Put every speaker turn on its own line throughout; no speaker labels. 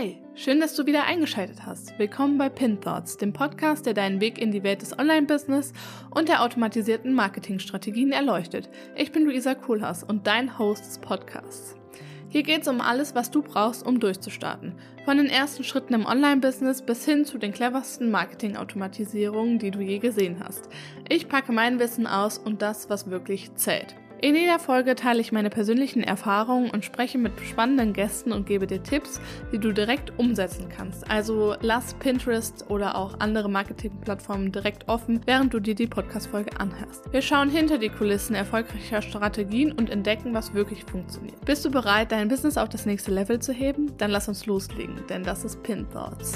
Hey, schön, dass du wieder eingeschaltet hast. Willkommen bei Pin Thoughts, dem Podcast, der deinen Weg in die Welt des Online-Business und der automatisierten Marketingstrategien erleuchtet. Ich bin Luisa Kohlhaas und dein Host des Podcasts. Hier geht es um alles, was du brauchst, um durchzustarten. Von den ersten Schritten im Online-Business bis hin zu den cleversten Marketing-Automatisierungen, die du je gesehen hast. Ich packe mein Wissen aus und das, was wirklich zählt. In jeder Folge teile ich meine persönlichen Erfahrungen und spreche mit spannenden Gästen und gebe dir Tipps, die du direkt umsetzen kannst. Also lass Pinterest oder auch andere Marketingplattformen direkt offen, während du dir die Podcast-Folge anhörst. Wir schauen hinter die Kulissen erfolgreicher Strategien und entdecken, was wirklich funktioniert. Bist du bereit, dein Business auf das nächste Level zu heben? Dann lass uns loslegen, denn das ist Pin Thoughts.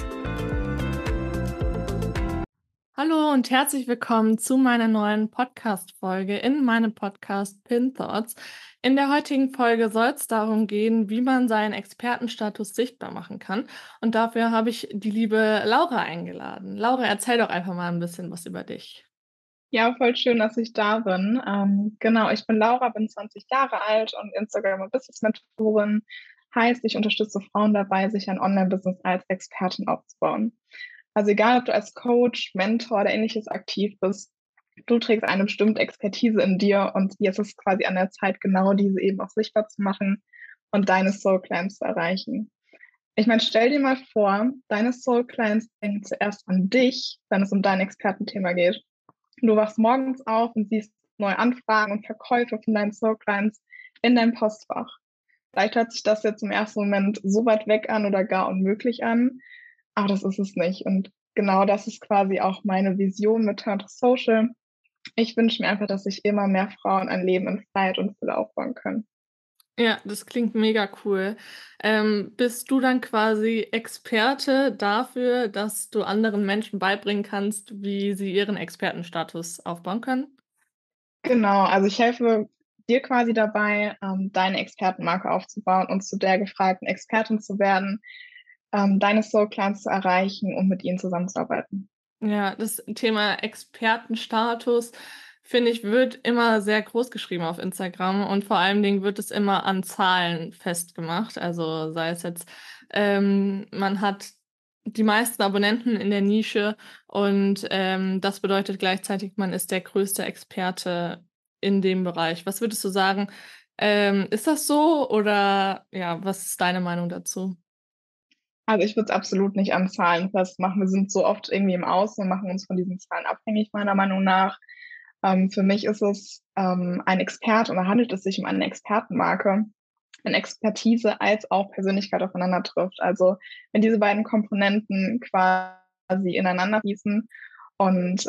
Hallo und herzlich willkommen zu meiner neuen Podcast-Folge in meinem Podcast Pin Thoughts. In der heutigen Folge soll es darum gehen, wie man seinen Expertenstatus sichtbar machen kann. Und dafür habe ich die liebe Laura eingeladen. Laura, erzähl doch einfach mal ein bisschen was über dich.
Ja, voll schön, dass ich da bin. Genau, ich bin Laura, bin 20 Jahre alt und Instagram- und Business-Mentorin. Heißt, ich unterstütze Frauen dabei, sich ein Online-Business als Expertin aufzubauen. Also egal, ob du als Coach, Mentor oder ähnliches aktiv bist, du trägst eine bestimmte Expertise in dir und jetzt ist es quasi an der Zeit, genau diese eben auch sichtbar zu machen und deine Soul Clients zu erreichen. Ich meine, stell dir mal vor, deine Soul Clients denken zuerst an dich, wenn es um dein Expertenthema geht. Du wachst morgens auf und siehst neue Anfragen und Verkäufe von deinen Soul Clients in deinem Postfach. Vielleicht hört sich das jetzt im ersten Moment so weit weg an oder gar unmöglich an, aber das ist es nicht. Und genau das ist quasi auch meine Vision mit Turn to Social. Ich wünsche mir einfach, dass sich immer mehr Frauen ein Leben in Freiheit und Fülle aufbauen können.
Ja, das klingt mega cool. Bist du dann quasi Experte dafür, dass du anderen Menschen beibringen kannst, wie sie ihren Expertenstatus aufbauen können?
Genau, also ich helfe dir quasi dabei, deine Expertenmarke aufzubauen und zu der gefragten Expertin zu werden, deine Soul Clients zu erreichen und mit ihnen zusammenzuarbeiten.
Ja, das Thema Expertenstatus, finde ich, wird immer sehr groß geschrieben auf Instagram und vor allen Dingen wird es immer an Zahlen festgemacht. Also sei es jetzt, man hat die meisten Abonnenten in der Nische und das bedeutet gleichzeitig, man ist der größte Experte in dem Bereich. Was würdest du sagen? Ist das so oder ja, was ist deine Meinung dazu?
Also ich würde es absolut nicht an Zahlen festmachen. Wir sind so oft irgendwie im Außen und machen uns von diesen Zahlen abhängig, meiner Meinung nach. Für mich ist es ein Experte oder handelt es sich um eine Expertenmarke, wenn Expertise als auch Persönlichkeit aufeinander trifft. Also wenn diese beiden Komponenten quasi ineinander fließen und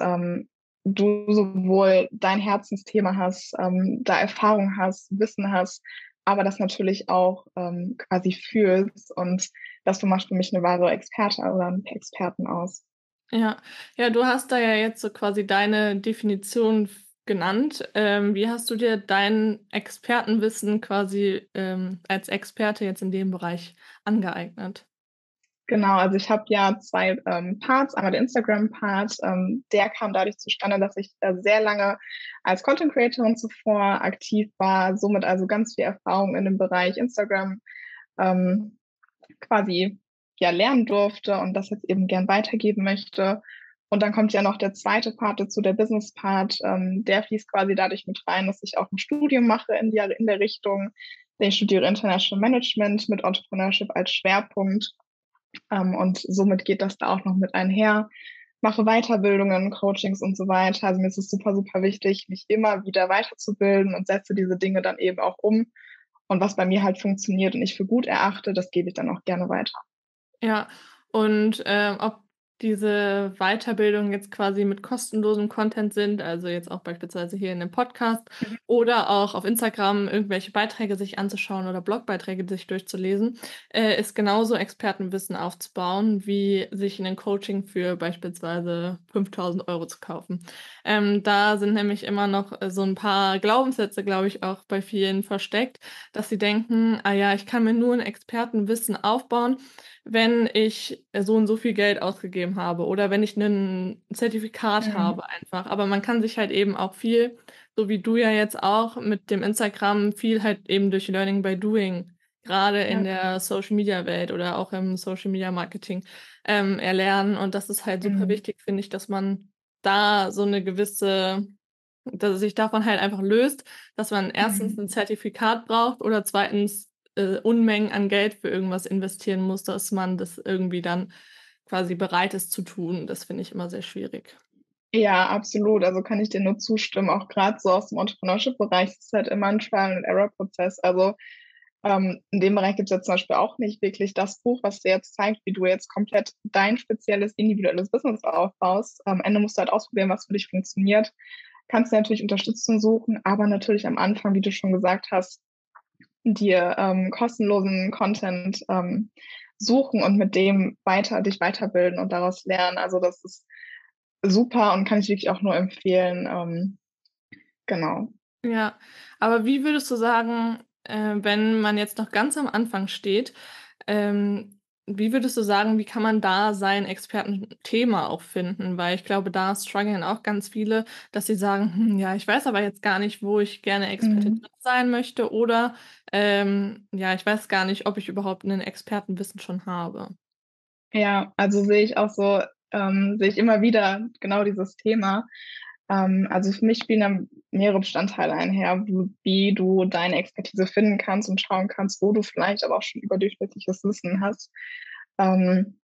du sowohl dein Herzensthema hast, da Erfahrung hast, Wissen hast, aber das natürlich auch quasi fühlst und das macht für mich eine wahre Experte oder einen Experten aus.
Ja, ja, du hast da ja jetzt so quasi deine Definition genannt. Wie hast du dir dein Expertenwissen quasi als Experte jetzt in dem Bereich angeeignet?
Genau, also ich habe ja zwei Parts. Einmal der Instagram-Part, der kam dadurch zustande, dass ich sehr lange als Content Creatorin zuvor aktiv war, somit also ganz viel Erfahrung in dem Bereich Instagram ähm, quasi ja lernen durfte und das jetzt eben gern weitergeben möchte. Und dann kommt ja noch der zweite Part dazu, der Business-Part. Der fließt quasi dadurch mit rein, dass ich auch ein Studium mache in der Richtung. Ich studiere International Management mit Entrepreneurship als Schwerpunkt. Und somit geht das da auch noch mit einher. Mache Weiterbildungen, Coachings und so weiter. Also mir ist es super, super wichtig, mich immer wieder weiterzubilden und setze diese Dinge dann eben auch um. Und was bei mir halt funktioniert und ich für gut erachte, das gebe ich dann auch gerne weiter.
Ja, und ob diese Weiterbildungen jetzt quasi mit kostenlosem Content sind, also jetzt auch beispielsweise hier in dem Podcast
Mhm.
oder auch auf Instagram irgendwelche Beiträge sich anzuschauen oder Blogbeiträge sich durchzulesen, ist genauso Expertenwissen aufzubauen, wie sich ein Coaching für beispielsweise 5.000 € zu kaufen. Da sind nämlich immer noch so ein paar Glaubenssätze, glaube ich, auch bei vielen versteckt, dass sie denken, ah ja, ich kann mir nur ein Expertenwissen aufbauen, wenn ich so und so viel Geld ausgegeben habe oder wenn ich 'nen Zertifikat
Mhm.
habe einfach. Aber man kann sich halt eben auch viel, so wie du ja jetzt auch mit dem Instagram, viel halt eben durch Learning by Doing gerade in
Ja.
der Social-Media-Welt oder auch im Social-Media-Marketing, erlernen. Und das ist halt super
Mhm.
wichtig, finde ich, dass man da so eine gewisse dass es sich davon halt einfach löst, dass man erstens
Mhm.
ein Zertifikat braucht oder zweitens, Unmengen an Geld für irgendwas investieren muss, dass man das irgendwie dann quasi bereit ist zu tun. Das finde ich immer sehr schwierig.
Ja, absolut. Also kann ich dir nur zustimmen. Auch gerade so aus dem Entrepreneurship-Bereich ist es halt immer ein Trial-and-Error-Prozess. Also in dem Bereich gibt es ja zum Beispiel auch nicht wirklich das Buch, was dir jetzt zeigt, wie du jetzt komplett dein spezielles individuelles Business aufbaust. Am Ende musst du halt ausprobieren, was für dich funktioniert. Kannst dir natürlich Unterstützung suchen, aber natürlich am Anfang, wie du schon gesagt hast, dir kostenlosen Content suchen und mit dem dich weiterbilden und daraus lernen. Also das ist super und kann ich wirklich auch nur empfehlen. Genau.
Ja, aber wie würdest du sagen, wenn man jetzt noch ganz am Anfang steht, ähm, wie würdest du sagen, wie kann man da sein Expertenthema auch finden? Weil ich glaube, da strugglen auch ganz viele, dass sie sagen: „Hm, ja, ich weiß aber jetzt gar nicht, wo ich gerne Expertin
Mhm.
drin sein möchte“ oder, „ja, ich weiß gar nicht, ob ich überhaupt 'nen Expertenwissen schon habe.“
Ja, also sehe ich auch so, sehe ich immer wieder genau dieses Thema. Also für mich spielen da mehrere Bestandteile einher, wie du deine Expertise finden kannst und schauen kannst, wo du vielleicht aber auch schon überdurchschnittliches Wissen hast. Ähm,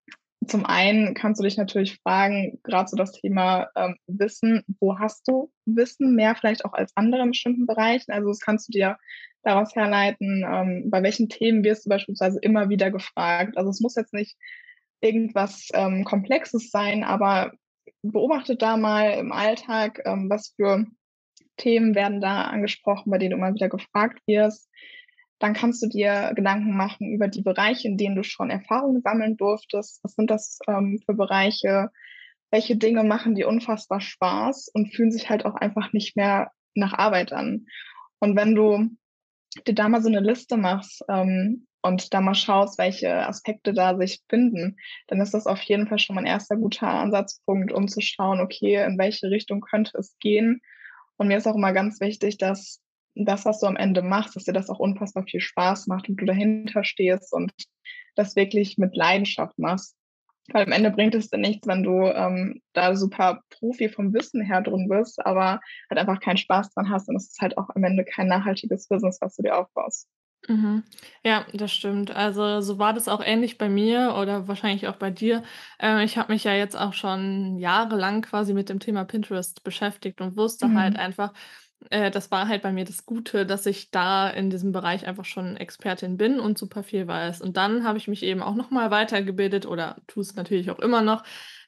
Zum einen kannst du dich natürlich fragen, gerade so das Thema Wissen, wo hast du Wissen mehr vielleicht auch als andere in bestimmten Bereichen? Also das kannst du dir daraus herleiten, bei welchen Themen wirst du beispielsweise immer wieder gefragt. Also es muss jetzt nicht irgendwas Komplexes sein, aber beobachte da mal im Alltag, was für Themen werden da angesprochen, bei denen du immer wieder gefragt wirst. Dann kannst du dir Gedanken machen über die Bereiche, in denen du schon Erfahrungen sammeln durftest. Was sind das für Bereiche? Welche Dinge machen dir unfassbar Spaß und fühlen sich halt auch einfach nicht mehr nach Arbeit an? Und wenn du dir da mal so eine Liste machst und da mal schaust, welche Aspekte da sich finden, dann ist das auf jeden Fall schon mal ein erster guter Ansatzpunkt, um zu schauen, okay, in welche Richtung könnte es gehen. Und mir ist auch immer ganz wichtig, dass das, was du am Ende machst, dass dir das auch unfassbar viel Spaß macht und du dahinter stehst und das wirklich mit Leidenschaft machst. Weil am Ende bringt es dir nichts, wenn du da super Profi vom Wissen her drin bist, aber halt einfach keinen Spaß dran hast und es ist halt auch am Ende kein nachhaltiges Business, was du dir aufbaust.
Mhm. Ja, das stimmt. Also, so war das auch ähnlich bei mir oder wahrscheinlich auch bei dir. Ich habe mich ja jetzt auch schon jahrelang quasi mit dem Thema Pinterest beschäftigt und wusste halt
Mhm.
einfach, das war halt bei mir das Gute, dass ich da in diesem Bereich einfach schon Expertin bin und super viel weiß. Und dann habe ich mich eben auch noch mal weitergebildet oder tue es natürlich auch immer noch,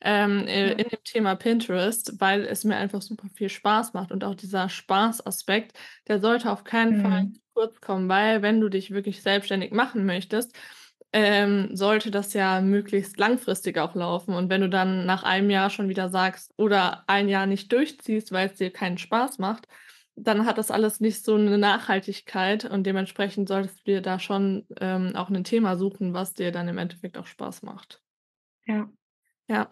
Ja.
in dem Thema Pinterest, weil es mir einfach super viel Spaß macht und auch dieser Spaßaspekt, der sollte auf keinen Fall
Mhm.
kurz kommen, weil wenn du dich wirklich selbstständig machen möchtest, sollte das ja möglichst langfristig auch laufen. Und wenn du dann nach einem Jahr schon wieder sagst oder ein Jahr nicht durchziehst, weil es dir keinen Spaß macht, dann hat das alles nicht so eine Nachhaltigkeit und dementsprechend solltest du dir da schon, auch ein Thema suchen, was dir dann im Endeffekt auch Spaß macht.
Ja.
Ja.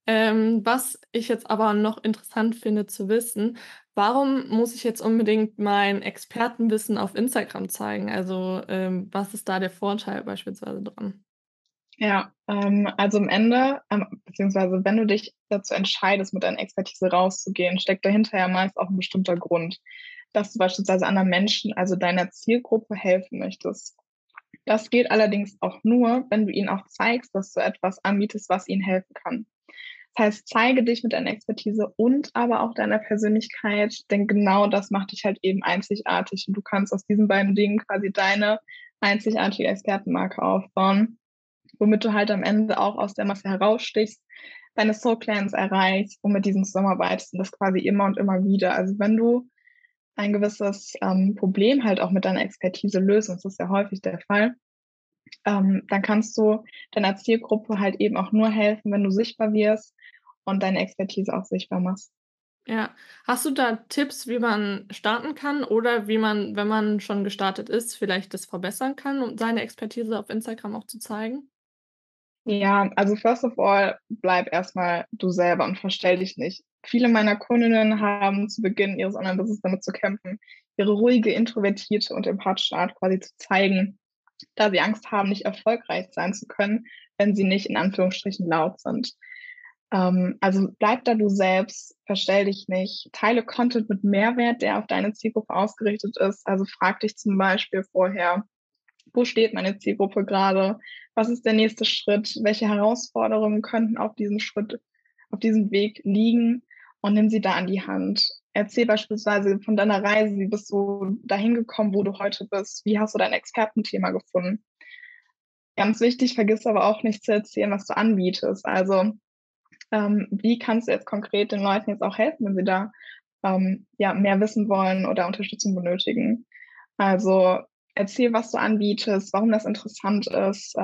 Was ich jetzt aber noch interessant finde zu wissen, warum muss ich jetzt unbedingt mein Expertenwissen auf Instagram zeigen? Also, was ist da der Vorteil beispielsweise dran?
Ja, also am Ende, beziehungsweise wenn du dich dazu entscheidest, mit deiner Expertise rauszugehen, steckt dahinter ja meist auch ein bestimmter Grund, dass du beispielsweise anderen Menschen, also deiner Zielgruppe helfen möchtest. Das geht allerdings auch nur, wenn du ihnen auch zeigst, dass du etwas anbietest, was ihnen helfen kann. Das heißt, zeige dich mit deiner Expertise und aber auch deiner Persönlichkeit, denn genau das macht dich halt eben einzigartig und du kannst aus diesen beiden Dingen quasi deine einzigartige Expertenmarke aufbauen, womit du halt am Ende auch aus der Masse herausstichst, deine Soul Clients erreichst und mit diesen zusammenarbeitest und das quasi immer und immer wieder. Also wenn du ein gewisses Problem halt auch mit deiner Expertise löst, und das ist ja häufig der Fall, dann kannst du deiner Zielgruppe halt eben auch nur helfen, wenn du sichtbar wirst und deine Expertise auch sichtbar machst.
Ja. Hast du da Tipps, wie man starten kann oder wie man, wenn man schon gestartet ist, vielleicht das verbessern kann, um seine Expertise auf Instagram auch zu zeigen?
Ja, also first of all, bleib erstmal du selber und verstell dich nicht. Viele meiner Kundinnen haben zu Beginn ihres Online-Business damit zu kämpfen, ihre ruhige, introvertierte und empathische Art quasi zu zeigen. da sie Angst haben, nicht erfolgreich sein zu können, wenn sie nicht in Anführungsstrichen laut sind. Also bleib da du selbst, verstell dich nicht, teile Content mit Mehrwert, der auf deine Zielgruppe ausgerichtet ist. Also frag dich zum Beispiel vorher, wo steht meine Zielgruppe gerade? Was ist der nächste Schritt? Welche Herausforderungen könnten auf diesem Schritt, auf diesem Weg liegen? Und nimm sie da an die Hand. Erzähl beispielsweise von deiner Reise. Wie bist du dahin gekommen, wo du heute bist? Wie hast du dein Expertenthema gefunden? Ganz wichtig, vergiss aber auch nicht zu erzählen, was du anbietest. Also, wie kannst du jetzt konkret den Leuten jetzt auch helfen, wenn sie da ja, mehr wissen wollen oder Unterstützung benötigen? Also erzähl, was du anbietest, warum das interessant ist,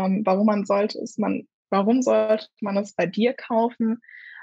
warum sollte man es bei dir kaufen?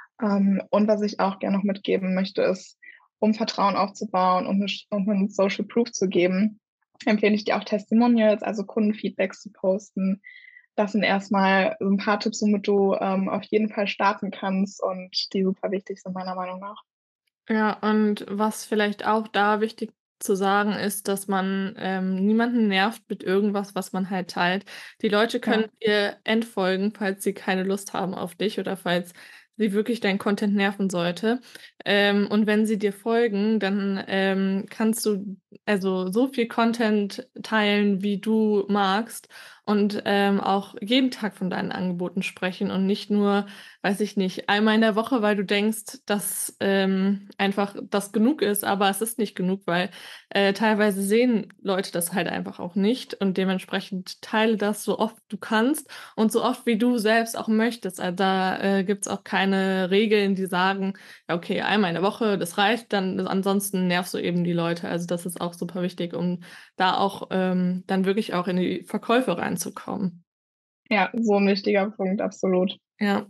Und was ich auch gerne noch mitgeben möchte, ist, um Vertrauen aufzubauen und einen Social Proof zu geben, empfehle ich dir auch Testimonials, also Kundenfeedbacks zu posten. Das sind erstmal so ein paar Tipps, womit du auf jeden Fall starten kannst und die super wichtig sind, meiner Meinung nach.
Ja, und was vielleicht auch da wichtig zu sagen ist, dass man niemanden nervt mit irgendwas, was man halt teilt. Die Leute können
Ja,
dir entfolgen, falls sie keine Lust haben auf dich oder falls sie wirklich dein Content nerven sollte. Und wenn sie dir folgen, dann kannst du also so viel Content teilen, wie du magst und auch jeden Tag von deinen Angeboten sprechen und nicht nur, weiß ich nicht, einmal in der Woche, weil du denkst, dass einfach das genug ist, aber es ist nicht genug, weil teilweise sehen Leute das halt einfach auch nicht und dementsprechend teile das so oft du kannst und so oft wie du selbst auch möchtest. Also da gibt's auch keine Regeln, die sagen, ja, okay, einmal in der Woche, das reicht, dann ansonsten nervst du eben die Leute. Also das ist auch super wichtig, um da auch dann wirklich auch in die Verkäufe reinzukommen.
ja, so ein wichtiger Punkt, absolut.
Ja.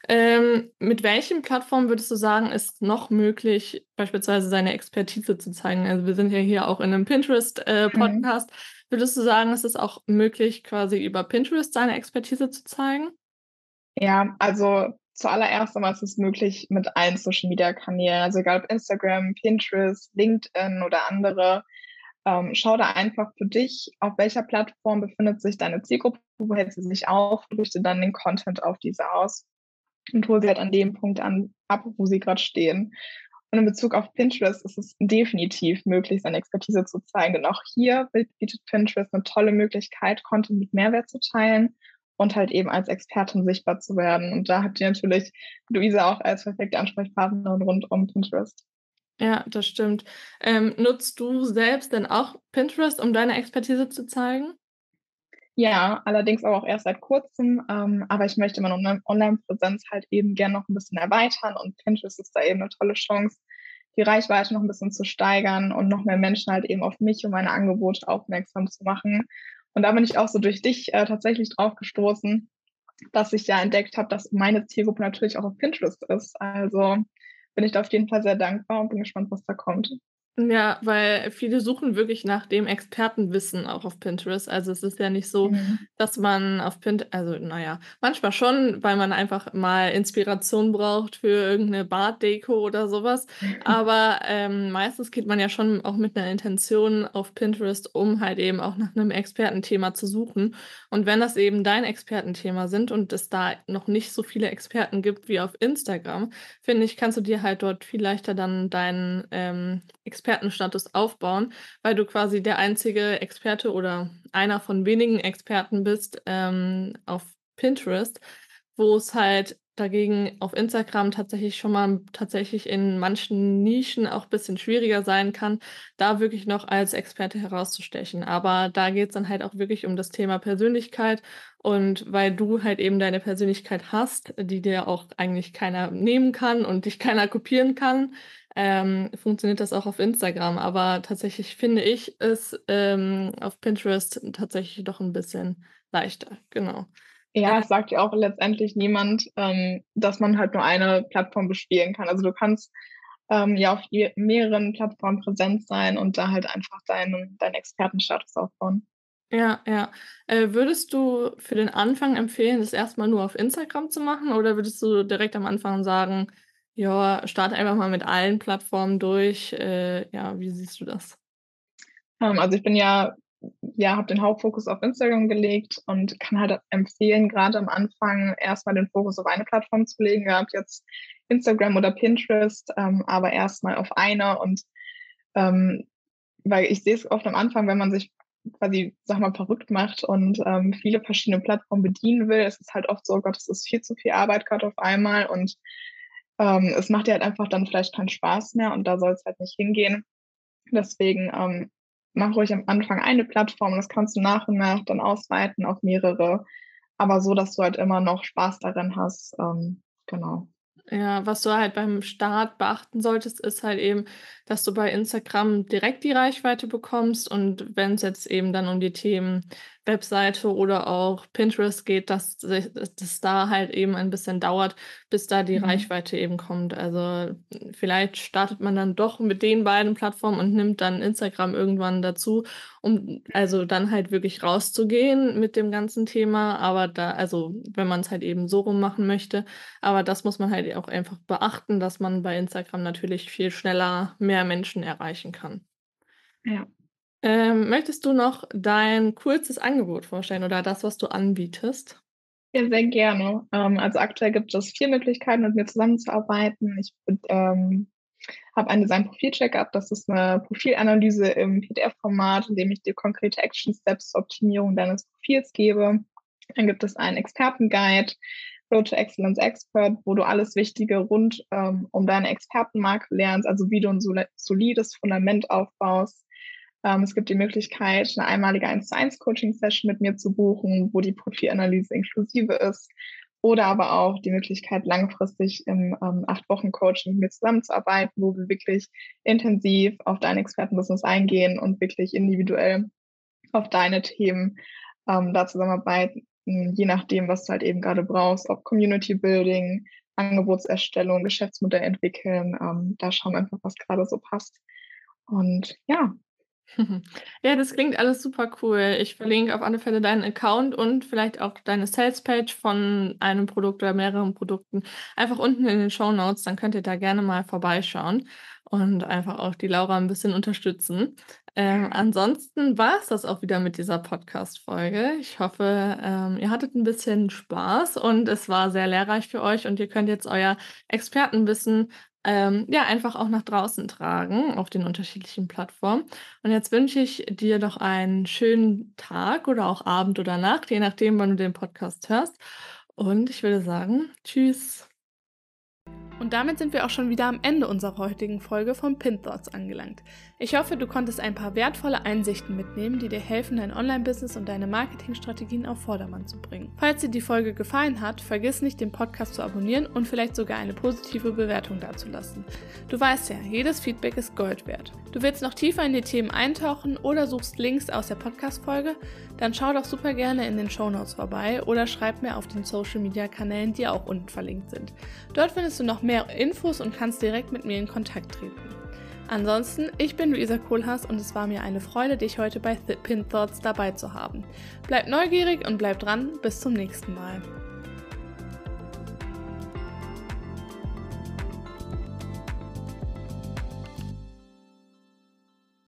Mit welchen Plattformen würdest du sagen, ist noch möglich, beispielsweise seine Expertise zu zeigen? Also wir sind ja hier auch in einem Pinterest,
Mhm.
Podcast. Würdest du sagen, es ist auch möglich, quasi über Pinterest seine Expertise zu zeigen?
Ja, also zuallererst einmal ist es möglich mit allen Social-Media-Kanälen, also egal ob Instagram, Pinterest, LinkedIn oder andere. Schau da einfach für dich, auf welcher Plattform befindet sich deine Zielgruppe, wo hält sie sich auf, richte dann den Content auf diese aus und hol sie halt an dem Punkt ab, wo sie gerade stehen. Und in Bezug auf Pinterest ist es definitiv möglich, seine Expertise zu zeigen. Denn auch hier bietet Pinterest eine tolle Möglichkeit, Content mit Mehrwert zu teilen und halt eben als Expertin sichtbar zu werden. Und da habt ihr natürlich Luisa auch als perfekte Ansprechpartnerin rund um Pinterest.
Ja, das stimmt. Nutzt du selbst denn auch Pinterest, um deine Expertise zu zeigen?
Ja, allerdings aber auch erst seit Kurzem. Aber ich möchte meine Online-Präsenz halt eben gern noch ein bisschen erweitern und Pinterest ist da eben eine tolle Chance, die Reichweite noch ein bisschen zu steigern und noch mehr Menschen halt eben auf mich und meine Angebote aufmerksam zu machen. Und da bin ich auch so durch dich tatsächlich drauf gestoßen, dass ich ja entdeckt habe, dass meine Zielgruppe natürlich auch auf Pinterest ist. Also bin ich da auf jeden Fall sehr dankbar und bin gespannt, was da kommt.
Ja, weil viele suchen wirklich nach dem Expertenwissen auch auf Pinterest. Also, es ist ja nicht so,
Mhm.
dass man auf also, na ja, manchmal schon, weil man einfach mal Inspiration braucht für irgendeine Bartdeko oder sowas. Aber, meistens geht man ja schon auch mit einer Intention auf Pinterest, um halt eben auch nach einem Expertenthema zu suchen. Und wenn das eben dein Expertenthema sind und es da noch nicht so viele Experten gibt wie auf Instagram, finde ich, kannst du dir halt dort viel leichter dann deinen, Expertenstatus aufbauen, weil du quasi der einzige Experte oder einer von wenigen Experten bist, auf Pinterest, wo es halt dagegen auf Instagram tatsächlich schon mal tatsächlich in manchen Nischen auch bisschen schwieriger sein kann, da wirklich noch als Experte herauszustechen. Aber da geht's dann halt auch wirklich um das Thema Persönlichkeit und weil du halt eben deine Persönlichkeit hast, die dir auch eigentlich keiner nehmen kann und dich keiner kopieren kann, funktioniert das auch auf Instagram. Aber tatsächlich finde ich es, auf Pinterest tatsächlich doch ein bisschen leichter, genau.
Ja, es sagt ja auch letztendlich niemand, dass man halt nur eine Plattform bespielen kann. Also du kannst ja auf mehreren Plattformen präsent sein und da halt einfach deinen Expertenstatus aufbauen.
Ja, ja. Würdest du für den Anfang empfehlen, das erst mal nur auf Instagram zu machen oder würdest du direkt am Anfang sagen: „Ja, starte einfach mal mit allen Plattformen durch“? Ja, wie siehst du das?
Also ich bin ja habe den Hauptfokus auf Instagram gelegt und kann halt empfehlen, gerade am Anfang erstmal den Fokus auf eine Plattform zu legen, gehabt jetzt Instagram oder Pinterest, aber erstmal auf eine und weil ich sehe es oft am Anfang, wenn man sich quasi, sag mal, verrückt macht und viele verschiedene Plattformen bedienen will, es ist halt oft so, oh Gott, es ist viel zu viel Arbeit gerade auf einmal und es macht dir halt einfach dann vielleicht keinen Spaß mehr und da soll es halt nicht hingehen. Deswegen mach ruhig am Anfang eine Plattform, das kannst du nach und nach dann ausweiten auf mehrere, aber so, dass du halt immer noch Spaß darin hast. Genau.
Ja, was du halt beim Start beachten solltest, ist halt eben, dass du bei Instagram direkt die Reichweite bekommst und wenn es jetzt eben dann um die Themen Webseite oder auch Pinterest geht, dass das da halt eben ein bisschen dauert, bis da die Reichweite eben kommt. Also vielleicht startet man dann doch mit den beiden Plattformen und nimmt dann Instagram irgendwann dazu, um also dann halt wirklich rauszugehen mit dem ganzen Thema. Aber also wenn man es halt eben so rum machen möchte, aber das muss man halt auch einfach beachten, dass man bei Instagram natürlich viel schneller mehr Menschen erreichen kann.
Ja.
Möchtest du noch dein kurzes Angebot vorstellen oder das, was du anbietest?
Ja, sehr gerne. Also aktuell gibt es 4 Möglichkeiten, mit mir zusammenzuarbeiten. Ich habe ein Design-Profil-Checkup. Das ist eine Profilanalyse im PDF-Format, in dem ich dir konkrete Action-Steps zur Optimierung deines Profils gebe. Dann gibt es einen Expertenguide, Road to Excellence Expert, wo du alles Wichtige rund um deine Expertenmarke lernst, also wie du ein solides Fundament aufbaust. Es gibt die Möglichkeit, eine einmalige 1:1 Coaching-Session mit mir zu buchen, wo die Profilanalyse inklusive ist. Oder aber auch die Möglichkeit, langfristig im 8-Wochen-Coaching mit mir zusammenzuarbeiten, wo wir wirklich intensiv auf dein Expertenbusiness eingehen und wirklich individuell auf deine Themen da zusammenarbeiten, je nachdem, was du halt eben gerade brauchst, ob Community Building, Angebotserstellung, Geschäftsmodell entwickeln. Da schauen wir einfach, was gerade so passt. Und ja.
Ja, das klingt alles super cool. Ich verlinke auf alle Fälle deinen Account und vielleicht auch deine Sales-Page von einem Produkt oder mehreren Produkten einfach unten in den Shownotes. Dann könnt ihr da gerne mal vorbeischauen und einfach auch die Laura ein bisschen unterstützen. Ansonsten war es das auch wieder mit dieser Podcast-Folge. Ich hoffe, ihr hattet ein bisschen Spaß und es war sehr lehrreich für euch und ihr könnt jetzt euer Expertenwissen ja, einfach auch nach draußen tragen auf den unterschiedlichen Plattformen. Und jetzt wünsche ich dir doch einen schönen Tag oder auch Abend oder Nacht, je nachdem, wann du den Podcast hörst. Und ich würde sagen, tschüss. Und damit sind wir auch schon wieder am Ende unserer heutigen Folge von PinThoughts angelangt. Ich hoffe, du konntest ein paar wertvolle Einsichten mitnehmen, die dir helfen, dein Online-Business und deine Marketingstrategien auf Vordermann zu bringen. Falls dir die Folge gefallen hat, vergiss nicht, den Podcast zu abonnieren und vielleicht sogar eine positive Bewertung dazulassen. Du weißt ja, jedes Feedback ist Gold wert. Du willst noch tiefer in die Themen eintauchen oder suchst Links aus der Podcast-Folge? Dann schau doch super gerne in den Shownotes vorbei oder schreib mir auf den Social-Media-Kanälen, die auch unten verlinkt sind. Dort findest du noch mehr Infos und kannst direkt mit mir in Kontakt treten. Ansonsten, ich bin Luisa Kohlhaas und es war mir eine Freude, dich heute bei PinThoughts dabei zu haben. Bleib neugierig und bleib dran, bis zum nächsten Mal.